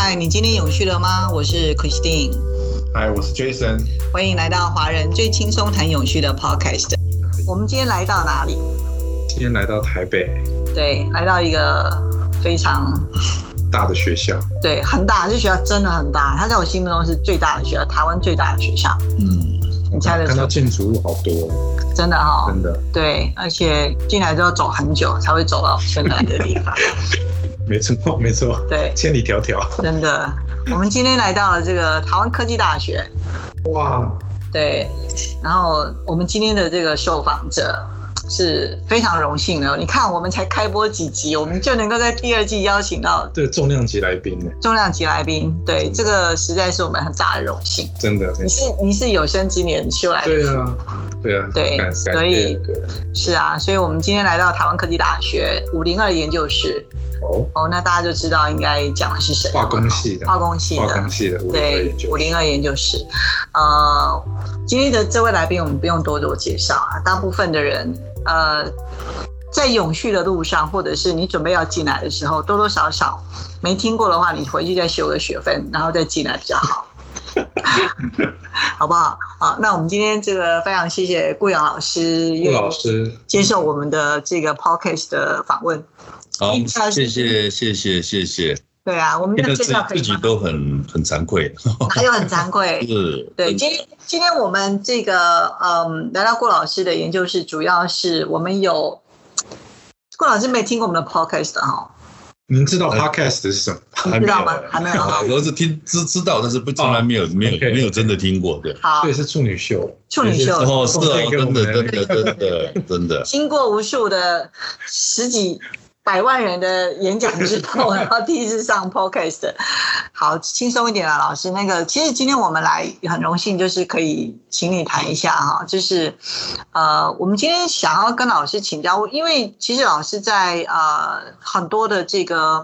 嗨，你今天永续了吗？我是 Christine。 嗨，我是 Jason。 欢迎来到华人最轻松谈永续的 Podcast。我们今天来到哪里？ 今天来到台北。 对，来到一个非常大的学校。 对，很大，这学校真的很大，它在我心目中是最大的学校，台湾最大的学校。你猜得出？ 看到建筑物好多， 真的哈、 真的。 对，而且进来都要走很久才会走到现在的地方。 没错，没错。 对， 千里迢迢。 真的。我们今天来到了这个台湾科技大学。 哇。 对，然后我们今天的这个受访者是非常荣幸的。你看，我们才开播几集，我们就能够在第二季邀请到对重量级来宾呢。 重量级来宾，对，这个实在是我们很大的荣幸。 真的。 你是有生之年修来的。 对啊，对啊。 对，所以是啊，所以我们今天来到台湾科技大学502研究室。那大家就知道应该讲的是谁。 化工系的。 对，502研究室。今天的这位来宾我们不用多做介绍啊，大部分的人在永续的路上，或者是你准备要进来的时候，多多少少没听过的话，你回去再修个学分，然后再进来比较好。好不好？好，那我们今天这个非常谢谢顾阳老师接受我们的这个 podcast 的访问。 好，谢谢。 对啊，我们的介绍自己都很惭愧。 还有很惭愧。 是。 对，今天我们这个来到顾老师的研究室，主要是我们有顾老师没听过我们的 podcast 哈。 您知道 podcast 是什么？ 知道吗？还没有。 我是知道，但是从来没有真的听过。对。 好。 对，是处女秀。 处女秀。 哦，是啊，真的。 经过无数的十几100万人的演讲之后，然后第一次上 podcast。 好，轻松一点啦，老师。其实今天我们来很荣幸，就是可以请你谈一下哈，就是我们今天想要跟老师请教，因为其实老师在很多的这个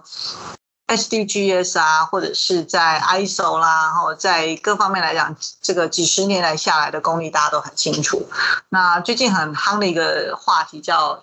SDGs 啊，或者是在 ISO 啦，然后在各方面来讲，这个几十年来下来的功力大家都很清楚。那最近很夯的一个话题叫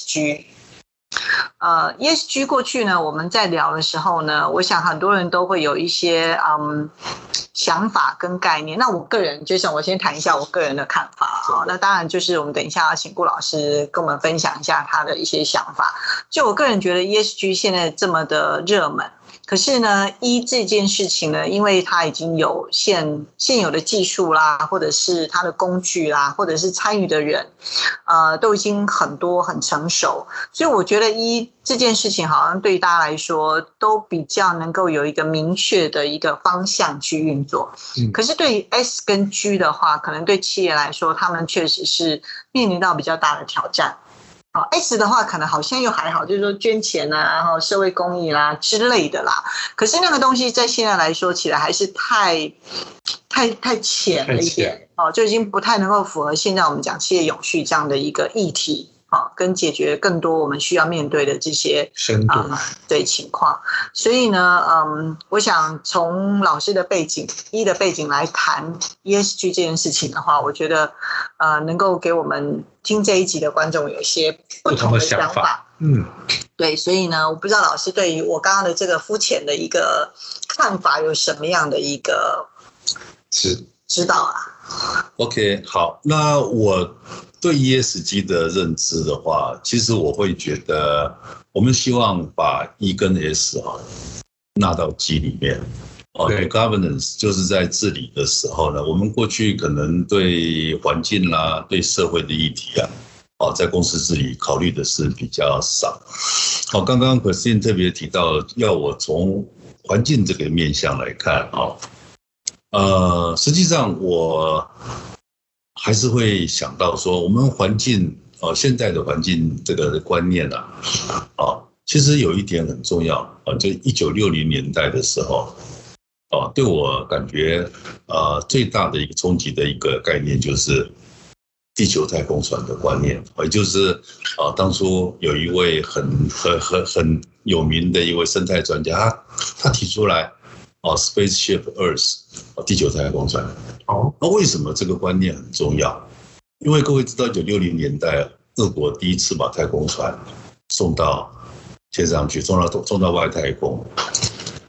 ESG。ESG 过去呢，我们在聊的时候呢，我想很多人都会有一些想法跟概念。那我个人就是我先谈一下我个人的看法啊。那当然就是我们等一下要请顾老师跟我们分享一下他的一些想法。就我个人觉得 ESG 现在这么的热门。可是呢，这件事情呢，因为它已经有现有的技术啦，或者是它的工具啦，或者是参与的人，都已经很多很成熟，所以我觉得这件事情好像对大家来说都比较能够有一个明确的一个方向去运作。可是对于 S 跟 G 的话，可能对企业来说，他们确实是面临到比较大的挑战。S 的话可能好像又还好，就是说捐钱啊，然后社会公益啦之类的啦。可是那个东西在现在来说起来还是太浅了一点，就已经不太能够符合现在我们讲企业永续这样的一个议题。跟解决更多我们需要面对的这些深度对情况。所以呢，我想从老师的背景的背景来谈 ESG 这件事情的话，我觉得能够给我们听这一集的观众有一些不同的想法。对，所以呢，我不知道老师对于我刚刚的这个肤浅的一个看法有什么样的一个指导啊 ？OK， 好，那我对 ESG 的认知的话，其实我会觉得，我们希望把 E 跟 S 纳到 G 里面。对 governance 就是在治理的时候呢，我们过去可能对环境啦、对社会的议题啊，在公司治理考虑的是比较少。刚刚Christine特别提到，要我从环境这个面向来看实际上我还是会想到说，我们环境现在的环境这个观念其实有一点很重要就1960年代的时候对我感觉最大的一个冲击的一个概念就是地球太空船的观念，也就是当初有一位很有名的一位生态专家，他提出来Spaceship Earth 地球太空船。那为什么这个观念很重要？因为各位知道1960年代俄国第一次把太空船送到天上去，送到外太空。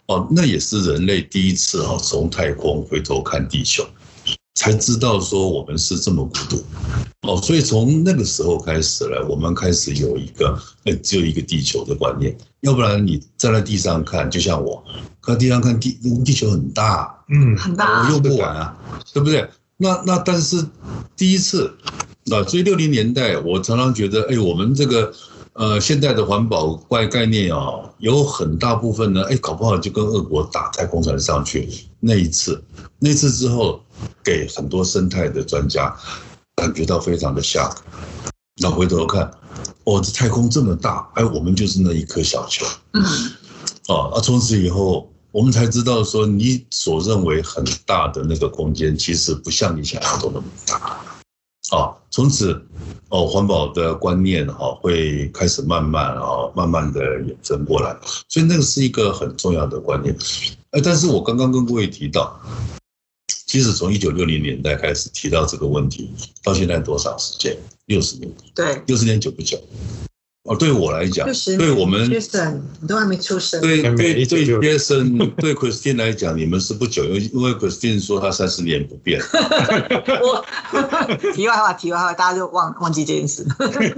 那也是人类第一次从太空回头看地球，才知道说我们是这么孤独所以从那个时候开始了，我们开始有一个只有一个地球的观念，要不然你站在地上看，就像我看地上看地球很大， 很大， 我用不完啊，对不对？那但是第一次所以60年代我常常觉得，我们这个现代的环保概念有很大部分呢，搞不好就跟俄国打太空船上去那一次之后，给很多生态的专家感觉到非常的吓。那回头看，这太空这么大，我们就是那一颗小球。从此以后，我们才知道说，你所认为很大的那个空间，其实不像你想象中那么大。从此环保的观念会开始慢慢的衍生过来，所以那个是一个很重要的观念。但是我刚刚跟各位提到，其实从1960年代开始提到这个问题，到现在多少时间？60年。对，60年久不久？对我来讲，对我们 Jason 你都还没出生。 对 Jason 对 Christine 来讲，你们是不久，因为 Christine 说她30年不变。 题外话，大家就忘记这件事。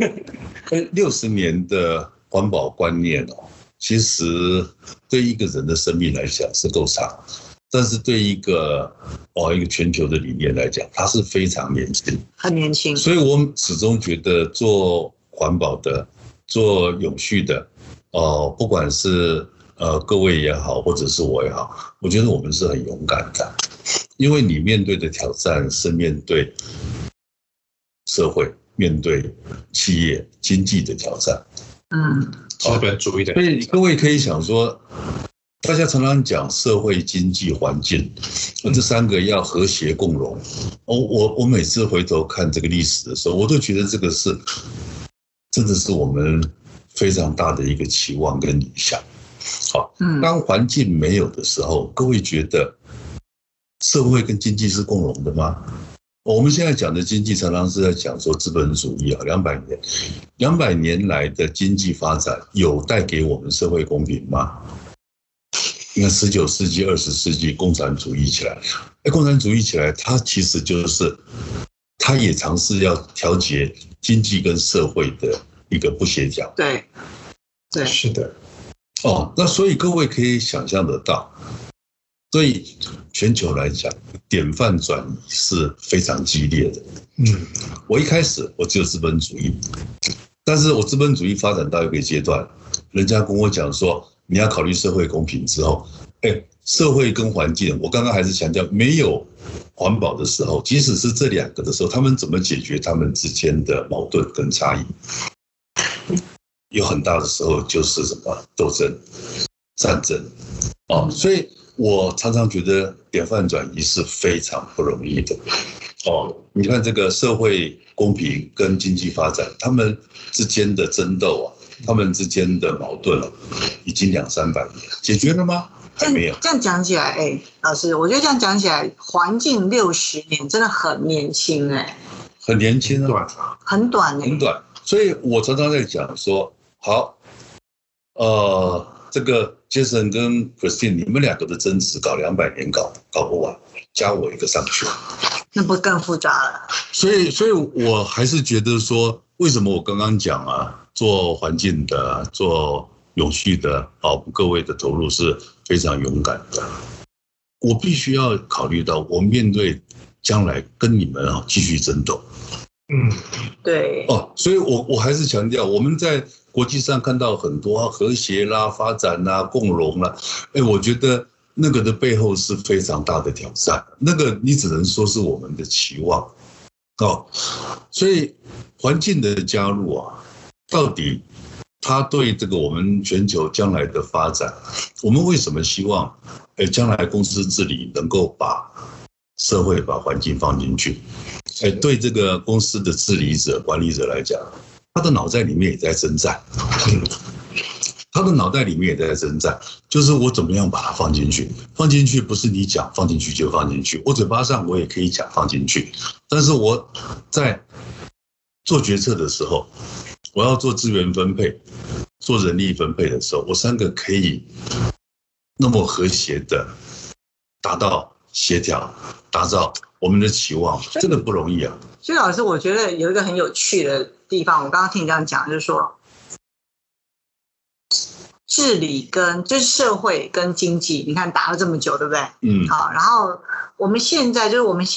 60年的环保观念其实对一个人的生命来讲是够长，但是对一个全球的理念来讲，它是非常年轻， 很年轻。 所以我始终觉得做环保的，做永续的，不管是各位也好，或者是我也好，我觉得我们是很勇敢的，因为你面对的挑战是面对社会、面对企业、经济的挑战。 资本主义的。 所以各位可以想说，大家常常讲社会、经济、环境，这3个要和谐共荣。我每次回头看这个历史的时候，我都觉得这个真的是我们非常大的一个期望跟理想。当环境没有的时候，各位觉得社会跟经济是共荣的吗？我们现在讲的经济常常是在讲说资本主义200年来的经济发展有带给我们社会公平吗？你看19世纪、20世纪共产主义起来，共产主义起来，它其实就是它也尝试要调节经济跟社会的一个不协调。 对， 是的。 那所以各位可以想象得到，所以全球来讲，典范转移是非常激烈的。我一开始我只有资本主义，但是我资本主义发展到一个阶段，人家跟我讲说你要考虑社会公平之后，社会跟环境，我刚刚还是强调没有环保的时候，即使是这2个的时候，他们怎么解决他们之间的矛盾跟差异？有很大的时候就是什么斗争、战争所以我常常觉得典范转移是非常不容易的你看这个社会公平跟经济发展，他们之间的争斗他们之间的矛盾已经200-300年，解决了吗？还没有。 这样讲起来，老师，我觉得这样讲起来，环境60年真的很年轻很年轻很短很短。所以我常常在讲说，好，这个 Jason 跟 Christine 你们2个的争执搞200年搞不完，加我一个上去， 那不更复杂了？ 所以我还是觉得说，为什么我刚刚讲做环境的、做永续的，各位的投入是非常勇敢的。我必须要考虑到，我面对将来跟你们继续争斗。 对。 所以我还是强调，我们在国际上看到很多和谐啦、发展啦、共荣啦，我觉得那个的背后是非常大的挑战，那个你只能说是我们的期望所以环境的加入到底它对这个我们全球将来的发展，我们为什么希望将来公司治理能够把社会、把环境放进去？对这个公司的治理者、管理者来讲，他的脑袋里面也在征战，就是我怎么样把它放进去。放进去不是你讲放进去就放进去，我嘴巴上我也可以讲放进去，但是我在做决策的时候，我要做资源分配、做人力分配的时候，我3个可以那么和谐的达到协调，达到我们的期望，真的不容易啊。 所以老师，我觉得有一个很有趣的地方，我刚刚听你这样讲，就是说治理跟就是社会跟经济，你看打了这么久，对不对？好，然后我们现在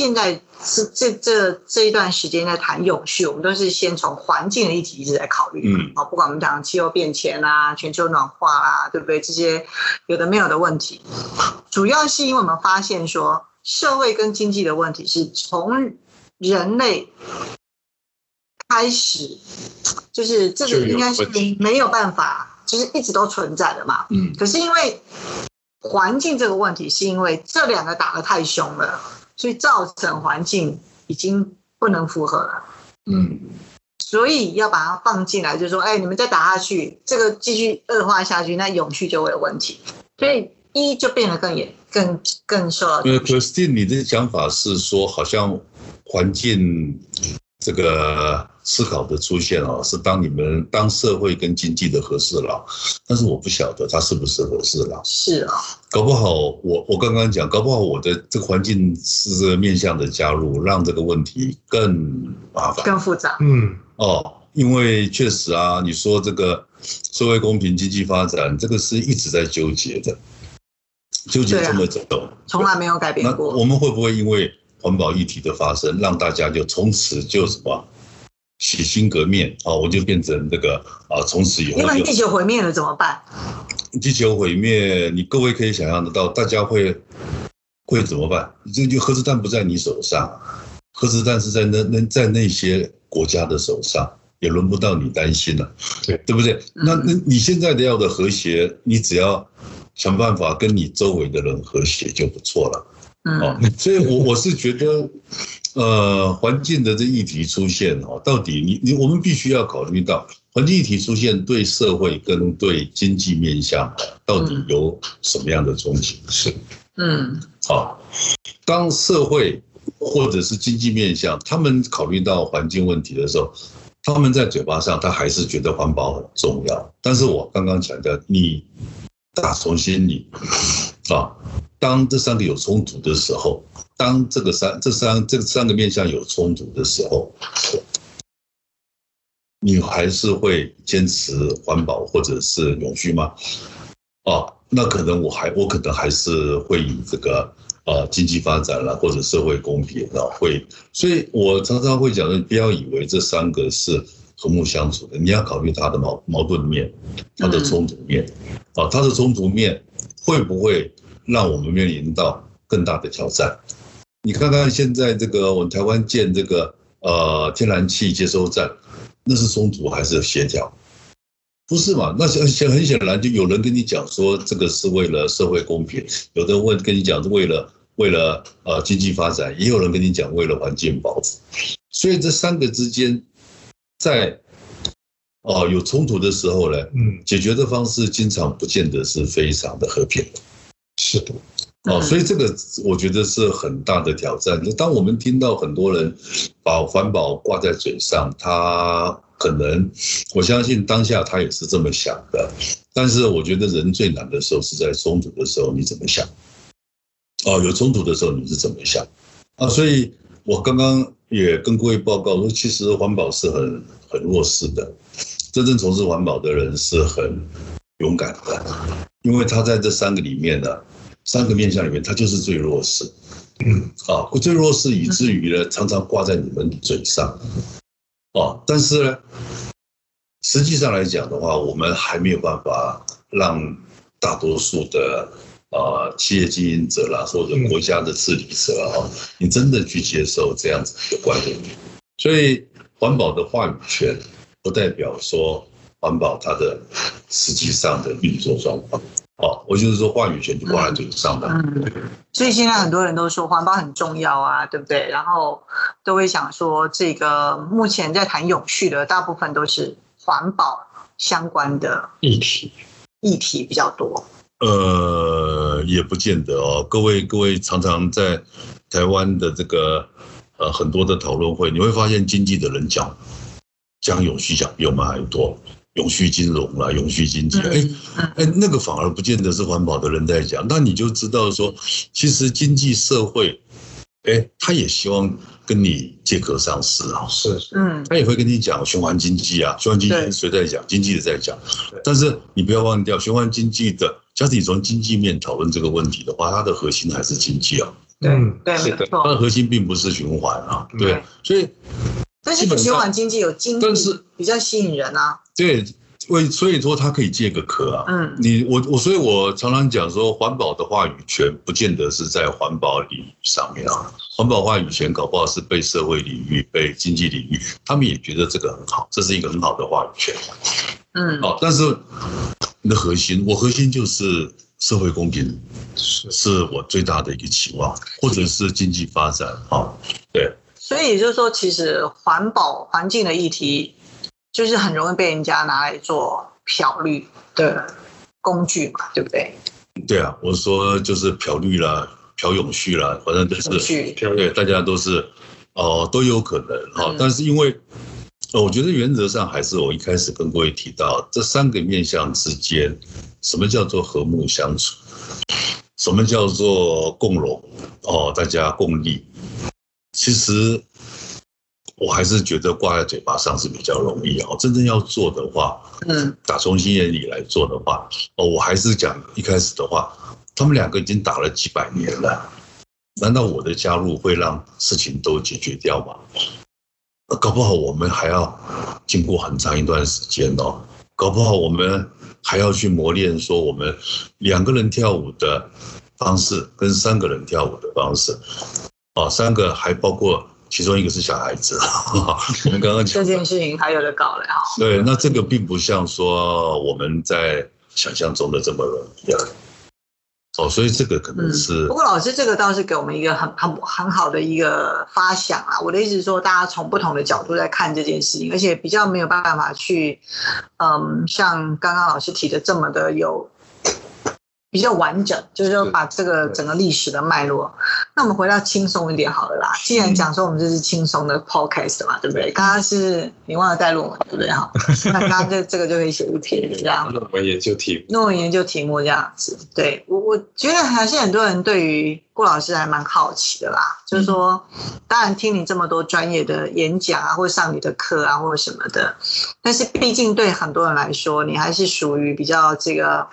这一段时间在谈永续，我们都是先从环境的议题一直在考虑，好，不管我们讲气候变迁啊、全球暖化啊，对不对？这些有的没有的问题，主要是因为我们发现说，社会跟经济的问题是从人类开始，就是这个应该是没有办法，就是一直都存在的嘛。可是因为环境这个问题，是因为这两个打得太凶了，所以造成环境已经不能负荷了。所以要把它放进来，就是说，你们再打下去，这个继续恶化下去，那永续就会有问题。所以就变得更受到。 Christine， 你的讲法是说，好像环境这个思考的出现是当社会跟经济的和事佬，但是我不晓得它是不是和事佬。 是啊， 搞不好我刚刚讲，搞不好我的这个环境是这个面向的加入，让这个问题更麻烦、 更复杂。 因为确实啊，你说这个社会公平、经济发展，这个是一直在纠结的。纠结这么久， 从来没有改变过。 我们会不会因为环保议题的发生，让大家就从此就什么洗心革面我就变成这个从此以后， 因为地球毁灭了怎么办？ 地球毁灭，你各位可以想象得到，大家会怎么办？这就核子弹不在你手上，核子弹是在那些国家的手上，也轮不到你担心了，对不对？那你现在要的和谐，你只要想办法跟你周围的人和谐就不错了。所以我是觉得，环境的这议题出现到底我们必须要考虑到环境议题出现对社会跟对经济面向到底有什么样的冲击？是，当社会或者是经济面向他们考虑到环境问题的时候，他们在嘴巴上他还是觉得环保很重要，但是我刚刚强调，你打从心里当这三个有冲突的时候，当这三个面向有冲突的时候，你还是会坚持环保或者是永续吗？那可能我可能还是会以这个经济发展啦，或者社会公平会，所以我常常会讲的，不要以为这三个是和睦相处的，你要考虑它的矛盾面，它的冲突面，它的冲突面会不会让我们面临到更大的挑战？你看看现在这个我们台湾建这个天然气接收站，那是冲突还是协调？不是嘛？那很显然就有人跟你讲说这个是为了社会公平，有的跟你讲是为了经济发展，也有人跟你讲为了环境保护。所以这三个之间在有冲突的时候呢，解决的方式经常不见得是非常的和平。是的。所以这个我觉得是很大的挑战。当我们听到很多人把环保挂在嘴上，他可能我相信当下他也是这么想的，但是我觉得人最难的时候是在冲突的时候你怎么想？有冲突的时候你是怎么想？所以我刚刚也跟各位报告说，其实环保是很弱势的，真正从事环保的人是很勇敢的，因为他在这三个里面呢。三个面向里面，它就是最弱势，最弱势以至于呢，常常挂在你们嘴上，但是呢，实际上来讲的话，我们还没有办法让大多数的企业经营者啦，或者国家的治理者你真的去接受这样子的观念。所以，环保的话语权不代表说环保它的实际上的运作状况。我就是说话语权就挂在嘴上的。 所以现在很多人都说环保很重要啊，对不对？然后都会想说，这个目前在谈永续的大部分都是环保相关的议题比较多。 也不见得各位常常在台湾的这个很多的讨论会，你会发现经济的人讲永续讲比我们还多。 永续金融啦、永续经济，那个反而不见得是环保的人在讲，那你就知道说，其实经济社会，他也希望跟你借壳上市啊， 是， 他也会跟你讲循环经济啊，循环经济谁在讲？经济的在讲，但是你不要忘掉，循环经济的，假使你从经济面讨论这个问题的话，它的核心还是经济啊， 对，是的， 它的核心并不是循环啊，对，所以。 但是循环经济有经济，但是比较吸引人啊。 对，所以说它可以借个壳啊。所以我常常讲说，环保的话语权不见得是在环保领域上面啊。环保话语权搞不好是被社会领域、被经济领域，他们也觉得这个很好，这是一个很好的话语权。但是你的核心，我核心就是社会公平，是我最大的一个期望，或者是经济发展啊，对。 所以也就是说，其实环保环境的议题，就是很容易被人家拿来做漂绿的工具嘛，对不对？ 对啊，我说就是漂绿啦、漂永续啦，反正都是对，大家都是都有可能但是因为我觉得原则上还是我一开始跟各位提到这3个面向之间，什么叫做和睦相处，什么叫做共荣大家共利。其实我还是觉得挂在嘴巴上是比较容易真正要做的话，打从心眼里来做的话，我还是讲一开始的话，他们2个已经打了几百年了，难道我的加入会让事情都解决掉吗？搞不好我们还要经过很长一段时间搞不好我们还要去磨练说我们2个人跳舞的方式跟3个人跳舞的方式。3个还包括其中1个是小孩子，我们刚刚讲这件事情还有的搞了对，那这个并不像说我们在想象中的这么容易所以这个可能是。 不过老师这个倒是给我们一个很好的一个发想啊。我的意思是说，大家从不同的角度在看这件事情，而且比较没有办法去，像刚刚老师提的这么的有。比较完整，就是说把这个整个历史的脉络。那我们回到轻松一点好了啦。既然讲说我们这是轻松的 podcast 嘛，对不对？刚刚是你忘了带论文，对不对那刚刚这个就可以写一篇这样。 论文研究题目。 论文研究题目这样子。对，我觉得还是很多人对于顾老师还蛮好奇的啦。就是说，当然听你这么多专业的演讲啊，或者上你的课啊，或者什么的，但是毕竟对很多人来说，你还是属于比较这个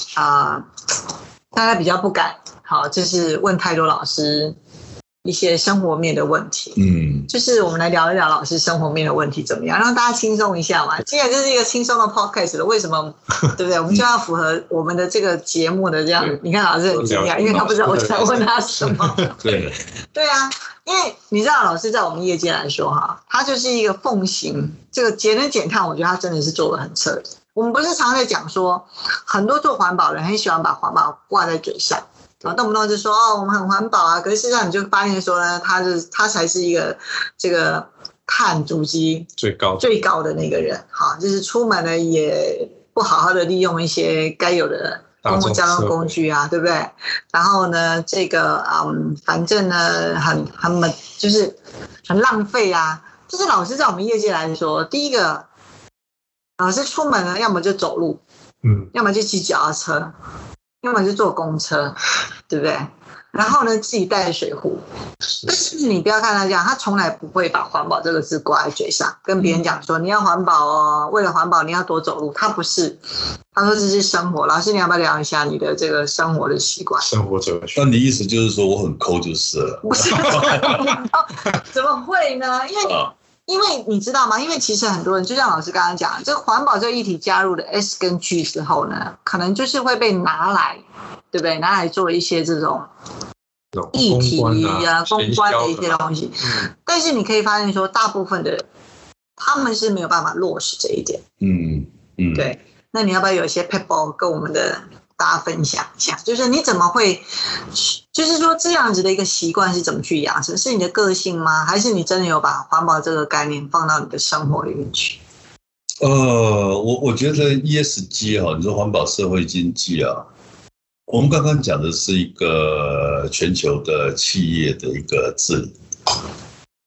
大家比较不敢就是问太多老师一些生活面的问题。就是我们来聊一聊老师生活面的问题怎么样，让大家轻松一下嘛。既然这是一个轻松的 podcast 了，为什么对不对？我们就要符合我们的这个节目的这样。你看老师很惊讶，因为他不知道我想问他什么。对啊，因为你知道老师在我们业界来说他就是一个奉行这个节能减碳，我觉得他真的是做得很彻底。我们不是常在讲说，很多做环保的人很喜欢把环保挂在嘴上，动不动就说我们很环保啊，可是事实上你就发现说呢，他才是一个这个碳足迹最高的那个人，就是出门呢也不好好的利用一些该有的公共交通工具啊，对不对？然后呢，这个反正呢就是很浪费啊。就是老师在我们业界来说，第一个。老师出门呢，要么就走路，要么就骑脚踏车，要么就坐公车，对不对？然后呢，自己带水壶。但是你不要看他这样，他从来不会把环保这个字挂在嘴上，跟别人讲说你要环保为了环保你要多走路。他不是，他说这是生活。老师，你要不要聊一下你的这个生活的习惯？ 生活哲学。 那你意思就是说我很抠就是了？ 不是，怎么会呢？因为你知道吗？因为其实很多人就像老师刚刚讲，这个环保这个议题加入了 S 跟 G 之后呢，可能就是会被拿来，对不对？拿来做一些这种议题啊、公关的一些东西。但是你可以发现说，大部分的人他们是没有办法落实这一点。对。那你要不要有一些 people 跟我们的大家分享一下？就是你怎么会？就是说这样子的一个习惯是怎么去养成？是你的个性吗？还是你真的有把环保这个概念放到你的生活里面去？ 我觉得 ESG 你说环保社会经济我们刚刚讲的是一个全球的企业的一个治理。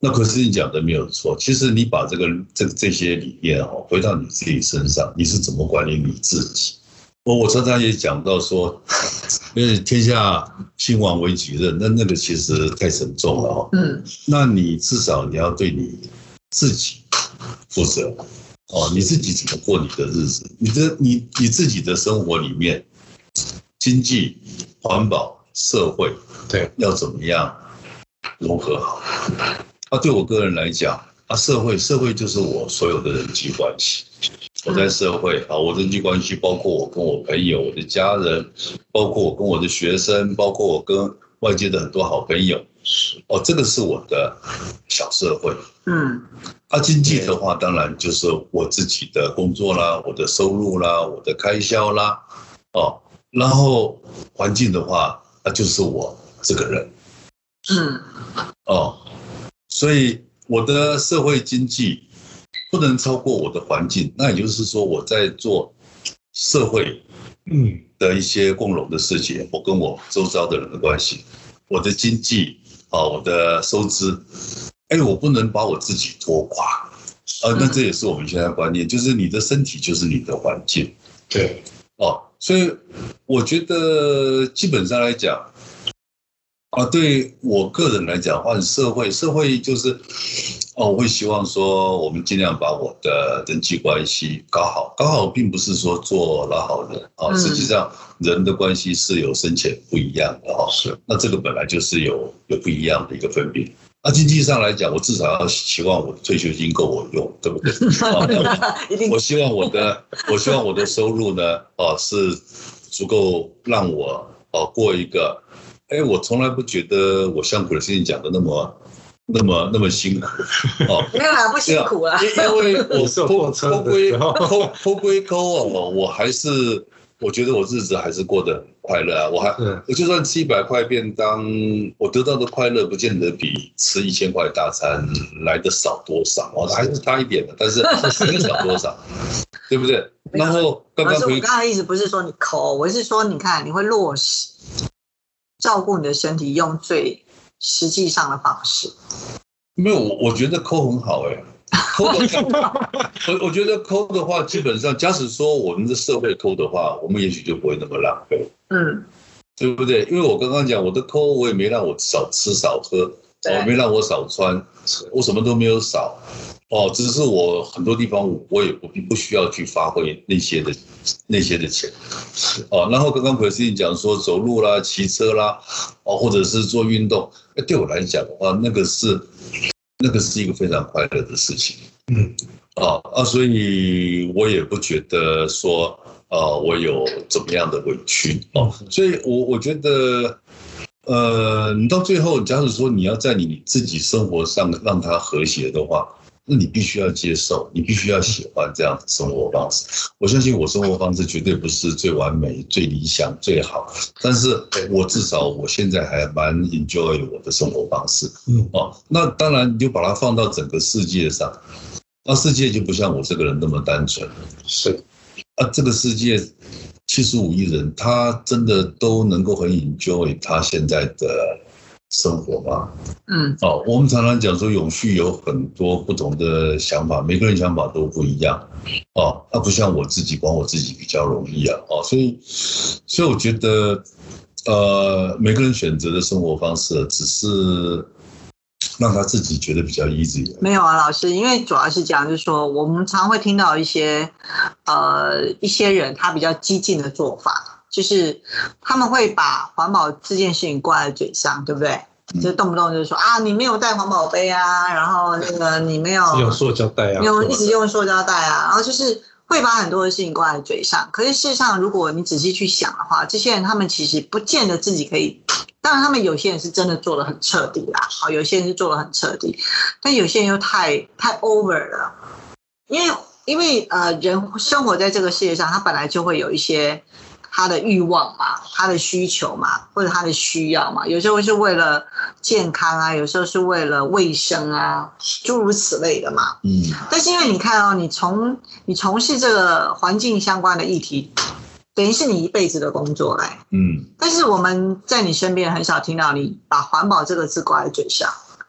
那可是你讲的没有错，其实你把这些理念回到你自己身上，你是怎么管理你自己？我常常也讲到说，因为天下兴亡为己任，那个其实太沉重了那你至少你要对你自己负责你自己怎么过你的日子？你自己的生活里面，经济、环保、社会， 对， 要怎么样融合好？对我个人来讲社会就是我所有的人际关系。我在社会我人际关系包括我跟我朋友、我的家人，包括我跟我的学生，包括我跟外界的很多好朋友。这个是我的小社会。经济的话，当然就是我自己的工作啦，我的收入啦，我的开销啦。然后环境的话，就是我这个人。所以我的社会经济不能超过我的环境，那也就是说我在做社会的一些共荣的事情，我跟我周遭的人的关系，我的经济我的收支，我不能把我自己拖垮那这也是我们现在观念，就是你的身体就是你的环境。 对所以我觉得基本上来讲对我个人来讲的话，社会就是我会希望说我们尽量把我的人际关系搞好并不是说做老好人实际上人的关系是有深浅不一样的是， 那这个本来就是有不一样的一个分别。经济上来讲，我至少要希望我的退休金够我用，对不对？我希望我的收入呢是足够让我过一个我从来不觉得我像普林讲的那么辛苦没有啦，不辛苦啦， 因为我偷归抠我还是我觉得我日子还是过得很快乐我就算吃100块便当，我得到的快乐不见得比吃1000块大餐来的少多少还是差一点的，但是没少多少，对不对？然后我刚才的意思不是说你抠，我是说你看你会落实照顾你的身体，用最实际上的方式。 没有，我觉得抠很好抠的话，我觉得抠的话，基本上，假使说我们的社会抠的话，我们也许就不会那么浪费，对不对？因为我刚刚讲我的抠，我也没让我少吃少喝，没让我少穿，我什么都没有少，只是我很多地方我也不需要去发挥那些的钱，然后刚刚奎斯讲说走路啦、骑车啦，或者是做运动，对我来讲的话，那个是一个非常快乐的事情，所以我也不觉得说我有怎么样的委屈所以我觉得你到最后，假如说你要在你自己生活上让它和谐的话，那你必须要接受，你必须要喜欢这样的生活方式。我相信我生活方式绝对不是最完美、最理想、最好，但是我至少我现在还蛮 enjoy 我的生活方式。那当然你就把它放到整个世界上，那世界就不像我这个人那么单纯。 是这个世界75亿人，他真的都能够很 enjoy 他现在的生活吗？我们常常讲说永续有很多不同的想法，每个人想法都不一样那不像我自己，管我自己比较容易所以我觉得每个人选择的生活方式只是让他自己觉得比较 easy。 没有啊，老师，因为主要是讲就是说，我们常会听到一些人他比较激进的做法，就是他们会把环保这件事情挂在嘴上，对不对？就动不动就是说你没有带环保杯然后那个你没有用塑胶袋没有一直用塑胶袋然后就是会把很多的事情挂在嘴上。可是事实上，如果你仔细去想的话，这些人他们其实不见得自己可以。当然，他们有些人是真的做得很彻底啦，有些人是做得很彻底，但有些人又太 over 了。因为人生活在这个世界上，他本来就会有一些他的欲望嘛，他的需求嘛，或者他的需要嘛，有时候是为了健康有时候是为了卫生诸如此类的嘛。但是因为你看你从事这个环境相关的议题，等于是你一辈子的工作但是我们在你身边很少听到你把环保这个字挂在嘴上，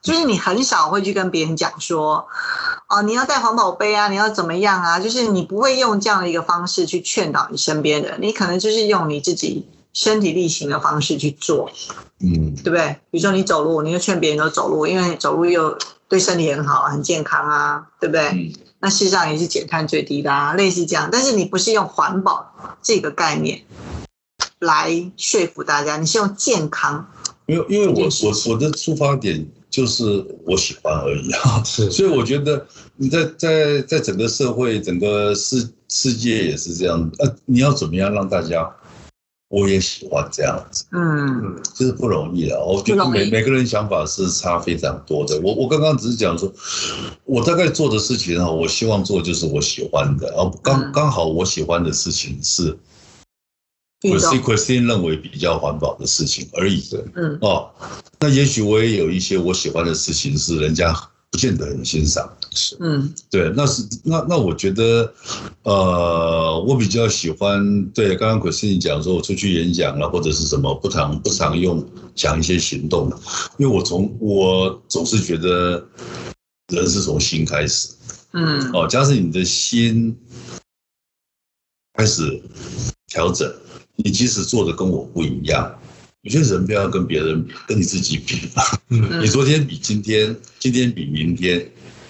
就是你很少会去跟别人讲说，你要带环保杯啊，你要怎么样啊，就是你不会用这样的一个方式去劝导你身边的人，你可能就是用你自己身体力行的方式去做，对不对？比如说你走路，你就劝别人都走路，因为走路又对身体很好，很健康啊，对不对？那事实上也是减碳最低的啊，类似这样。但是你不是用环保这个概念来说服大家，你是用健康。 因为我的出发点就是我喜欢而已啊，所以我觉得你在整个社会、整个世界也是这样，你要怎么样让大家我也喜欢这样子，这是不容易的。我觉得每个人想法是差非常多的。我刚刚只是讲说，我大概做的事情我希望做就是我喜欢的，刚好我喜欢的事情是。Christine 认为比较环保的事情而已。那也许我也有一些我喜欢的事情是人家不见得很欣赏。对，那我觉得，我比较喜欢，对，刚刚 Christine 讲说我出去演讲了或者是什么不常讲一些行动，因为我总是觉得人是从心开始。假使你的心开始调整。你即使做的跟我不一样，我觉得人不要跟别人比，跟你自己比吧。你昨天比今天，今天比明天，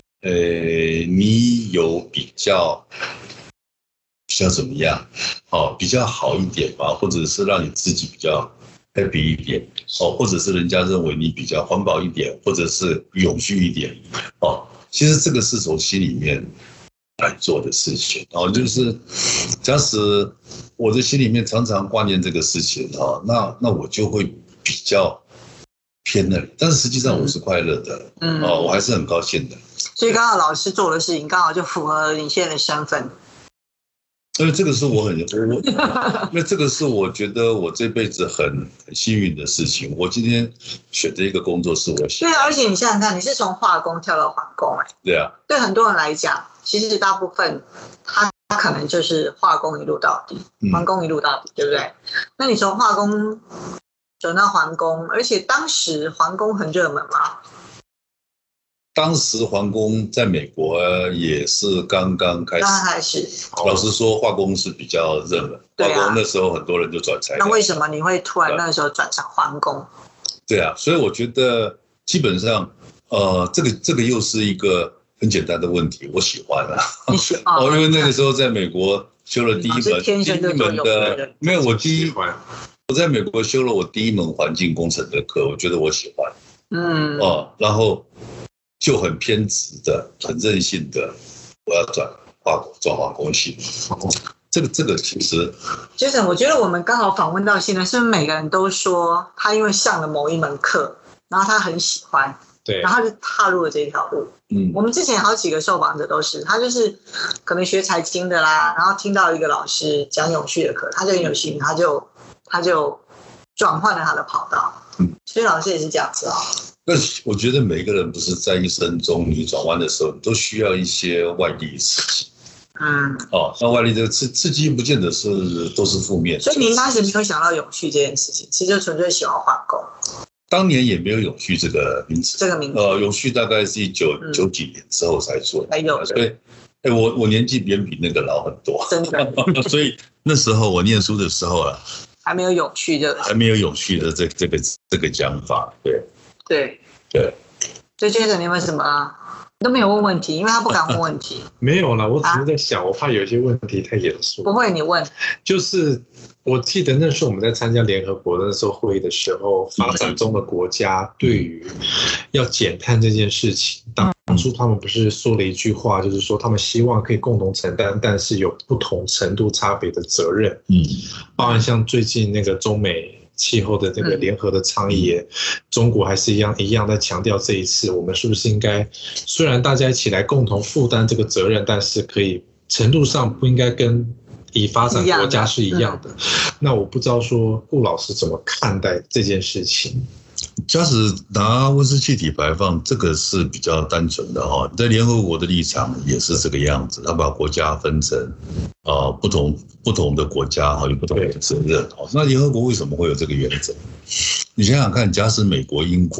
你有比较怎么样？比较好一点吧，或者是让你自己比较 happy 一点，或者是人家认为你比较环保一点，或者是永续一点，其实这个是从心里面来做的事情，就是假使我的心里面常常挂念这个事情，那我就会比较偏那里，但是实际上我是快乐的，我还是很高兴的。 所以刚好老师做的事情刚好就符合你现在的身份。 这个是那这个是我觉得我这辈子很幸运的事情。我今天选择一个工作是我喜欢。 对，而且你想想看，你是从化工跳到环工， 对啊。对很多人来讲，其实大部分他可能就是化工一路到底，环工一路到底，对不对？那你从化工转到环工，而且当时环工很热门嘛。 当时环工在美国也是刚刚开始，老实说，化工是比较热门。化工那时候很多人就转材料。 那为什么你会突然那时候转成环工？ 对啊，所以我觉得基本上，这个又是一个很简单的问题，我喜欢啊。 你喜欢？ 因为那个时候在美国修了第一门的，没有我在美国修了我第一门环境工程的课，我觉得我喜欢。然后。就很偏执的、很任性的，我要转化工系。这个其实 ，Jason，我觉得我们刚好访问到现在，是不是每个人都说他因为上了某一门课，然后他很喜欢， 对， 然后就踏入了这条路。我们之前好几个受访者都是，他就是可能学财经的啦，然后听到一个老师讲永续的课，他就很有兴趣，他就转换了他的跑道。所以老师也是这样子那我觉得每个人不是在一生中你转弯的时候，你都需要一些外力刺激。那外力的刺激不见得都是负面。 所以您当时没有想到永续这件事情，其实就纯粹喜欢环工。 当年也没有永续这个名词。永续大概是1990几年之后才做的。 才有的。 所以，我年纪比那个老很多。 真的。 所以那时候我念书的时候还没有永续的这个讲法，对。 所以Jason，你为什么都没有问问题？因为他不敢问问题。 没有啦，我只是在想，我怕有些问题太严肃。 不会，你问。 就是我记得那时候我们在参加联合国的那时候会议的时候，发展中的国家对于要减碳这件事情，当初他们不是说了一句话，就是说他们希望可以共同承担，但是有不同程度差别的责任。包含像最近那个中美气候的这个联合的倡议，中国还是一样在强调这一次我们是不是应该，虽然大家一起来共同负担这个责任，但是可以程度上不应该跟已发展国家是一样的。那我不知道说顾老师怎么看待这件事情。 假使拿温室气体排放，这个是比较单纯的在联合国的立场也是这个样子，他把国家分成不同的国家有不同的责任。那联合国为什么会有这个原则？你想想看，假使美国、英国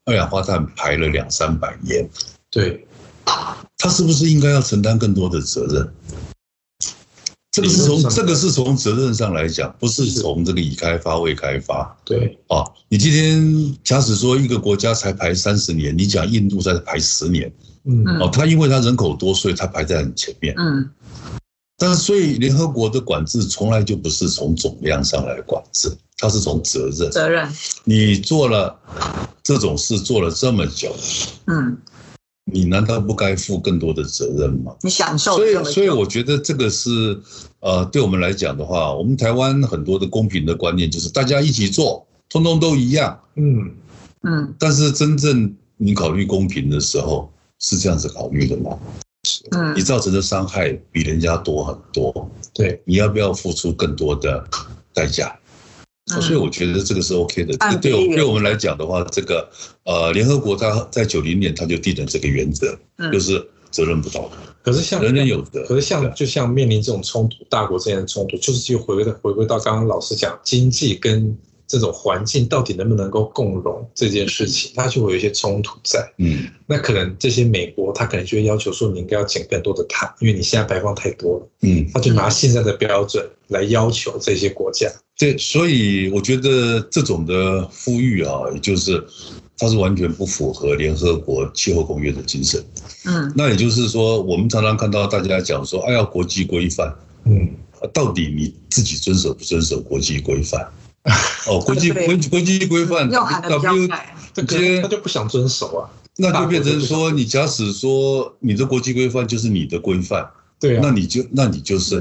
二氧化碳排了200-300年， 对， 他是不是应该要承担更多的责任？这个是从责任上来讲，不是从这个已开发未开发。 对， 你今天假使说一个国家才排30年，你讲印度才排10年，它因为它人口多，所以它排在很前面。但是所以联合国的管制从来就不是从总量上来管制，它是从责任。 责任， 你做了这种事做了这么久，你难道不该负更多的责任吗？ 你享受这么久， 所以我觉得这个是对我们来讲的话，我们台湾很多的公平的观念就是大家一起做，通通都一样。但是真正你考虑公平的时候，是这样子考虑的吗？你造成的伤害比人家多很多， 对， 你要不要付出更多的代价？所以我觉得这个是 OK 的。对我们来讲的话，这个联合国它在90年它就定了这个原则，就是责任不同。 可是像人人有责， 可是就像面临这种冲突，大国之间的冲突，就回归到刚刚老师讲经济跟这种环境到底能不能够共荣这件事情，它就会有一些冲突在。那可能这些美国他可能就会要求说你应该要减更多的碳，因为你现在排放太多了。他就拿现在的标准来要求这些国家。 对，所以我觉得这种的呼吁也就是它是完全不符合联合国气候公约的精神。那也就是说，我们常常看到大家讲说，哎呀，国际规范，到底你自己遵守不遵守国际规范？国际规范 ，W 他就不想遵守啊。 那就变成说，你假使说你的国际规范就是你的规范。 对啊， 那你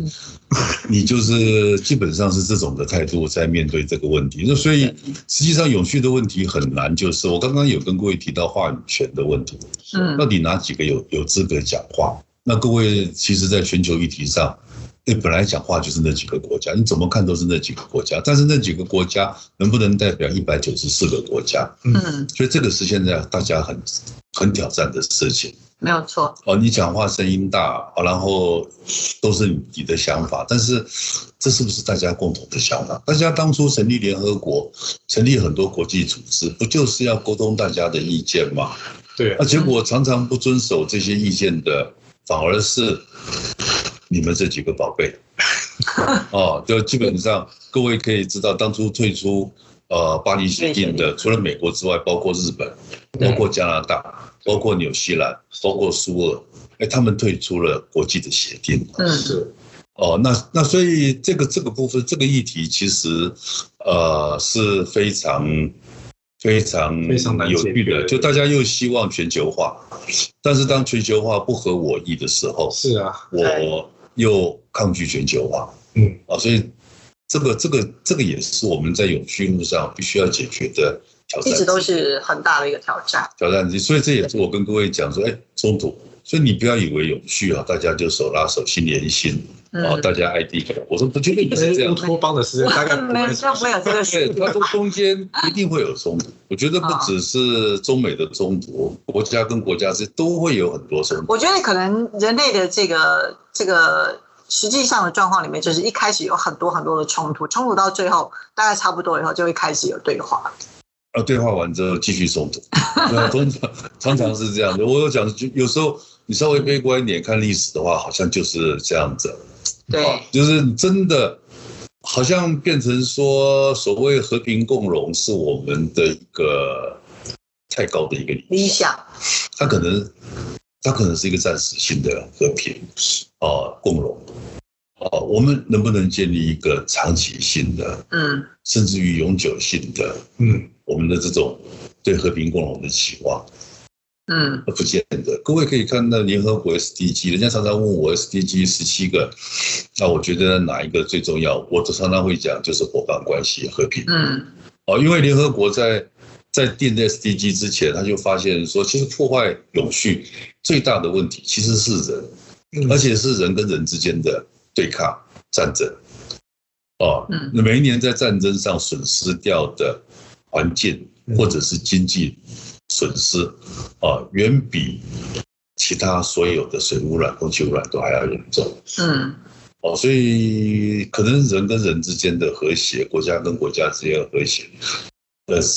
就是基本上是这种的态度在面对这个问题。所以实际上永续的问题很难，就是我刚刚有跟各位提到话语权的问题，到底哪几个有资格讲话？那各位其实在全球议题上，本来讲话就是那几个国家，你怎么看都是那几个国家，但是那几个国家能不能代表194个国家？所以这个是现在大家很挑战的事情。 没有错。 你讲话声音大，然后都是你的想法，但是这是不是大家共同的想法？大家当初成立联合国，成立很多国际组织，不就是要沟通大家的意见吗？ 对啊。 结果常常不遵守这些意见的，反而是你们这几个宝贝。就基本上各位可以知道，当初退出巴黎协定的，除了美国之外，包括日本，包括加拿大，包括纽西兰，包括苏俄，他们退出了国际的协定。 是。 那所以这个部分，这个议题其实是非常有趣的，就大家又希望全球化，但是当全球化不合我意的时候， 是啊， 我又抗拒全球化。所以这个也是我们在永续路上必须要解决的挑战， 一直都是很大的一个挑战。 所以这也是我跟各位讲说，冲突。所以你不要以为永续大家就手拉手心连心大家爱地球。我说不绝对不是这样， 乌托邦的时间大概不会有这个事。 它中间一定会有冲突。我觉得不只是中美的冲突，国家跟国家之间都会有很多冲突。 我觉得可能人类的这个实际上的状况里面，就是一开始有很多很多的冲突到最后大概差不多以后，就会开始有对话。 对话完之后继续冲突，常常是这样的。我有讲，有时候你稍微悲观一点看历史的话，好像就是这样子。 对， 就是真的好像变成说，所谓和平共荣是我们的一个太高的一个理想。 它可能是一个暂时性的和平共荣。我们能不能建立一个长期性的，甚至于永久性的，我们的这种对和平共荣的期望，不见得。各位可以看到联合国 SDG， 人家常常问我 SDG 17个，那我觉得哪一个最重要？我常常会讲，就是伙伴关系和平。因为联合国在定 SDG 之前，他就发现说，其实破坏永续最大的问题其实是人，而且是人跟人之间的对抗战争。每一年在战争上损失掉的环境或者是经济损失远比其他所有的水污染、空气污染都还要严重。所以可能人跟人之间的和谐，国家跟国家之间的和谐，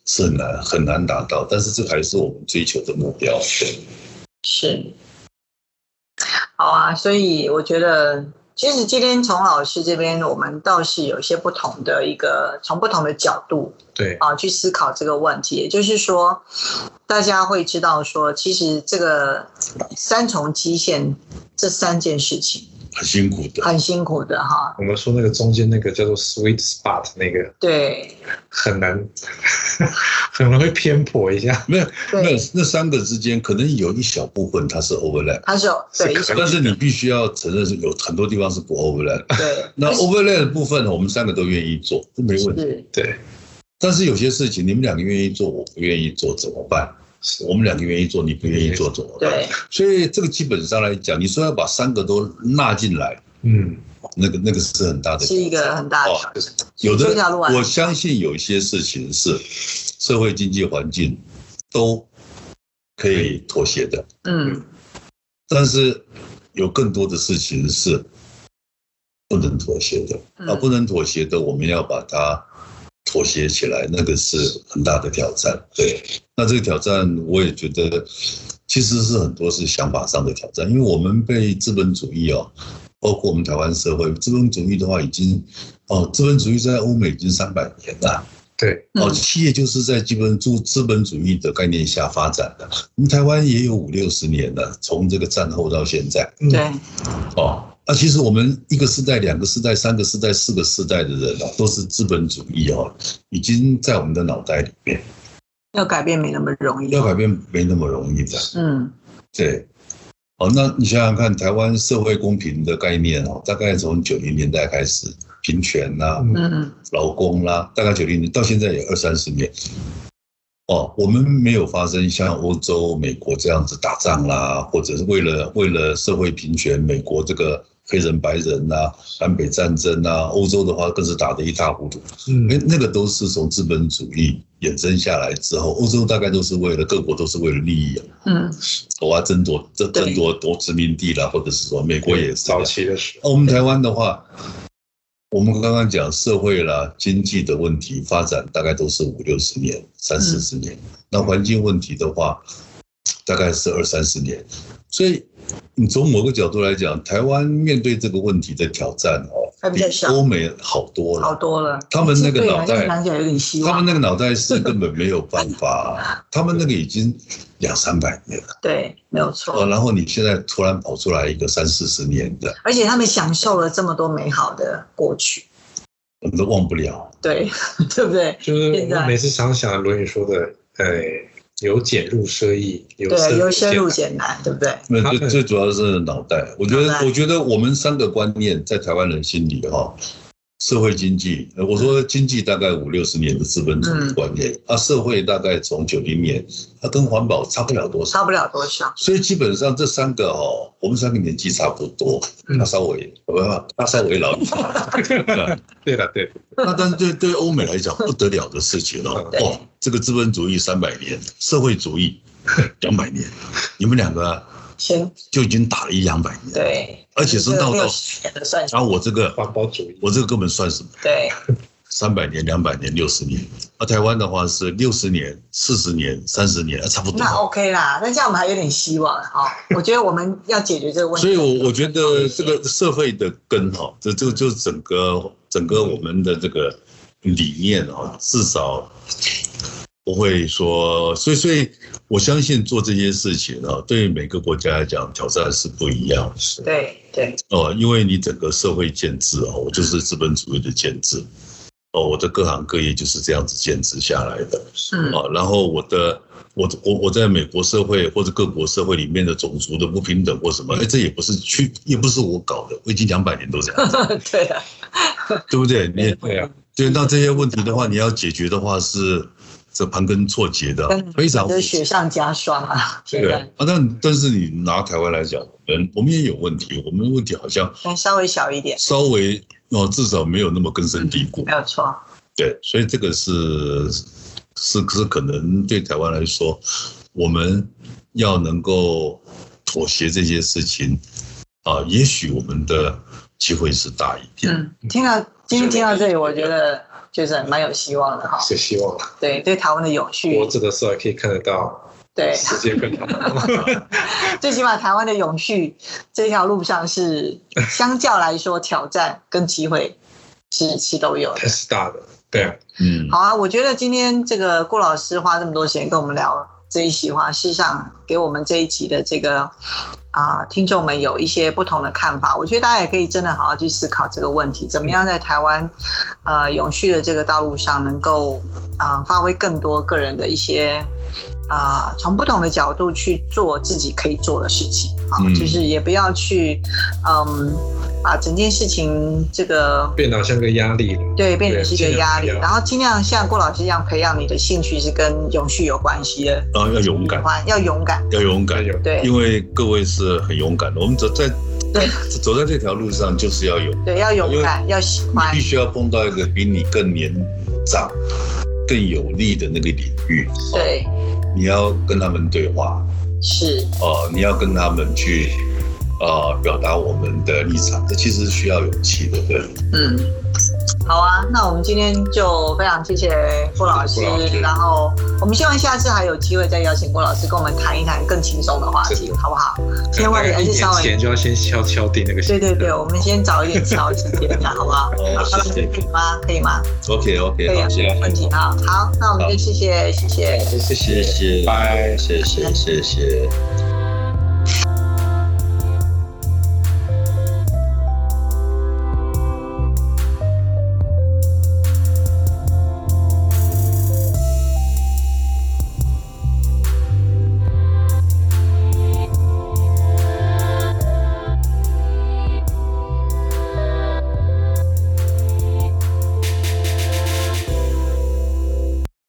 是很难达到，但是这还是我们追求的目标。对， 是，好啊，所以我觉得，其实今天从老师这边，我们倒是有一些不同的从不同的角度， 对去思考这个问题。也就是说，大家会知道说，其实这个三重基线这3件事情很辛苦的哈。 我们说那个中间那个叫做 sweet spot 那个， 对， 很难，很容易偏颇一下。 没有那3个之间可能有一小部分它是 overlap， 它是对， 但是你必须要承认是有很多地方是不 overlap。 对， 那 overlap 的部分我们3个都愿意做，这没问题。 对， 但是有些事情你们2个愿意做，我不愿意做怎么办？我们2个愿意做，你不愿意做怎么办？ 对， 所以这个基本上来讲，你说要把3个都纳进来，那个是很大的， 是一个很大的挑战。 有的，我相信有一些事情是社会经济环境都可以妥协的，但是有更多的事情是不能妥协的，不能妥协的，我们要把它妥协起来，那个是很大的挑战。对，那这个挑战我也觉得其实是很多是想法上的挑战，因为我们被资本主义包括我们台湾社会，资本主义的话已经资本主义在欧美已经300年了。 对， 企业就是在资本主义的概念下发展的。我们台湾也有50-60年了，从这个战后到现在。 对， 其实我们1个世代、2个世代、3个世代、4个世代的人都是资本主义已经在我们的脑袋里面。 要改变没那么容易。 的。对。那你想想看，台湾社会公平的概念大概从90年代开始，平权啦、劳工啦，大概90年到现在也20-30年。我们没有发生像欧洲、美国这样子打仗啦，或者是为了社会平权，美国这个黑人白人啦、南北战争啦，欧洲的话更是打得一塌糊涂。那个都是从资本主义衍生下来之后，欧洲大概都是各国都是为了利益争夺殖民地啦，或者是说美国也是早期的时候。 我们台湾的话，我们刚刚讲社会啦、经济的问题发展大概都是50-60年、30-40年。那环境问题的话，大概是20-30年。所以你从某个角度来讲，台湾面对这个问题的挑战比欧美好多了。他们那个脑袋，他们那个脑袋是根本没有办法，他们那个已经200-300年了。 对，没有错。 然后你现在突然跑出来一个30-40年的， 而且他们享受了这么多美好的过去， 我们都忘不了。 对，对不对？ 就是我每次常想《论语》说的，由俭入奢易，由奢入俭难，对不对？ 最主要是脑袋。我觉得我们3个观念在台湾人心里社会经济，我说经济大概50-60年的资本主义观念，社会大概从90年，它跟环保差不了多少。所以基本上这3个我们3个年纪差不多，他稍微老一点。 对了，对。 那但是对欧美来讲不得了的事情这个资本主义300年，社会主义200年，你们2个就已经打了100-200年。 对。 而且是到然后我这个环保主义， 我这个根本算什么？ 对 ，300年、200年、60年。台湾的话是60年、40年、30年，差不多。 那 OK 啦，那这样我们还有点希望我觉得我们要解决这个问题。 所以我觉得这个社会的根这就是整个我们的这个理念至少不会说，所以我相信做这些事情对每个国家来讲挑战是不一样的。 对。 因为你整个社会建制我就是资本主义的建制我的各行各业就是这样子建制下来的。然后我在美国社会或者各国社会里面的种族的不平等或什么，这也不是我搞的，我已经200年都这样子。 对啊， 对不对？ 对啊。 对，那这些问题的话，你要解决的话是这盘根错节的，非常就是雪上加霜啊。 对但是你拿台湾来讲，我们也有问题，我们的问题好像稍微小一点， 稍微至少没有那么根深蒂固。 没有错。 对，所以这个是可能对台湾来说，我们要能够妥协这些事情也许我们的机会是大一点。 今天听到这里，我觉得就是蛮有希望的哈。 是希望对台湾的永续， 活着的时候还可以看得到。 对， 世界更好。 最起码台湾的永续这条路上是相较来说挑战跟机会是都有的， 它是大的，对啊， 好啊，我觉得今天这个郭老师花这么多时间跟我们聊这一席话，事实上给我们这一集的这个听众们有一些不同的看法。我觉得大家也可以真的好好去思考这个问题，怎么样在台湾永续的这个道路上能够发挥更多个人的一些从不同的角度去做自己可以做的事情就是也不要去把整件事情这个变得像个压力了， 对，变成是一个压力，然后尽量像郭老师一样培养你的兴趣是跟永续有关系的， 然后要勇敢， 要勇敢，对， 因为各位是很勇敢的，我们走在这条路上就是要对，要勇敢，要喜欢， 必须要碰到一个比你更年长、更有利的那个领域， 对， 你要跟他们对话， 是， 你要跟他们去表达我们的立场，这其实需要勇气的，对。 好啊，那我们今天就非常谢谢郭老师，然后我们希望下次还有机会再邀请郭老师跟我们谈一谈更轻松的话题，好不好？千万还是稍微前就要先敲定那个。 对，我们先早一点敲时间，好不好？可以吗 ？OK， 可以，没问题。好，那我们就谢谢， 拜，谢谢。